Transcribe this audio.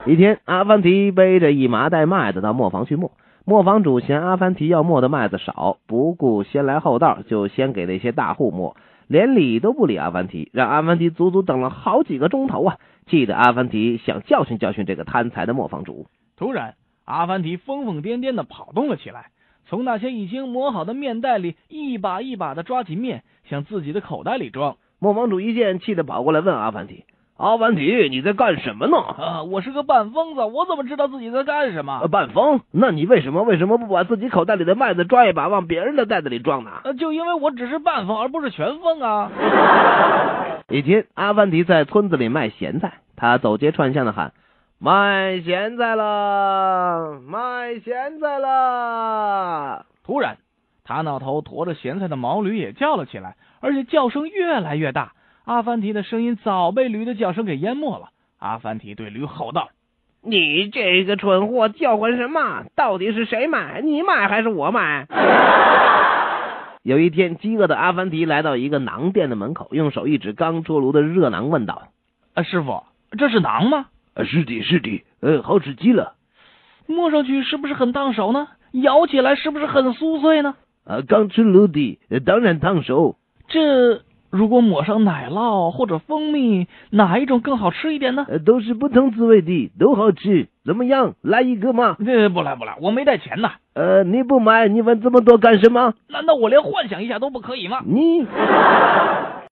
一天，阿凡提背着一麻袋麦子到磨坊去磨。磨坊主嫌阿凡提要磨的麦子少，不顾先来后到，就先给那些大户磨，连理都不理阿凡提，让阿凡提足足等了好几个钟头啊！气得阿凡提想教训教训这个贪财的磨坊主。 突然，阿凡提疯疯癫癫地跑动了起来，从那些已经磨好的面袋里一把一把地抓起面，向自己的口袋里装。 磨坊主一见，气得跑过来问阿凡提：“阿凡提，你在干什么呢？” 我是个半疯子，我怎么知道自己在干什么？ 半疯？那你为什么不把自己口袋里的麦子抓一把往别人的袋子里装呢？ 就因为我只是半疯，而不是全疯啊！ 一天，阿凡提在村子里卖咸菜，他走街串巷的喊：“卖咸菜了，卖咸菜了！” 突然，他那头驮着咸菜的毛驴也叫了起来，而且叫声越来越大。阿凡提的声音早被驴的叫声给淹没了。阿凡提对驴吼道：“ 你这个蠢货，叫唤什么？到底是谁买？你买还是我买？”有一天，饥饿的阿凡提来到一个馕店的门口，用手一指刚出炉的热馕，问道：“ 师傅，这是馕吗？”“ 是的，好吃极了。”“ 摸上去是不是很烫手呢？咬起来是不是很酥脆呢？”“ 刚出炉的，当然烫手。”“ 这如果抹上奶酪或者蜂蜜，哪一种更好吃一点呢？”“ 都是不同滋味的，都好吃。怎么样，来一个吗？”“ 不来，我没带钱呐。”“ 你不买，你问这么多干什么？ 难道我连幻想一下都不可以吗？”“ 你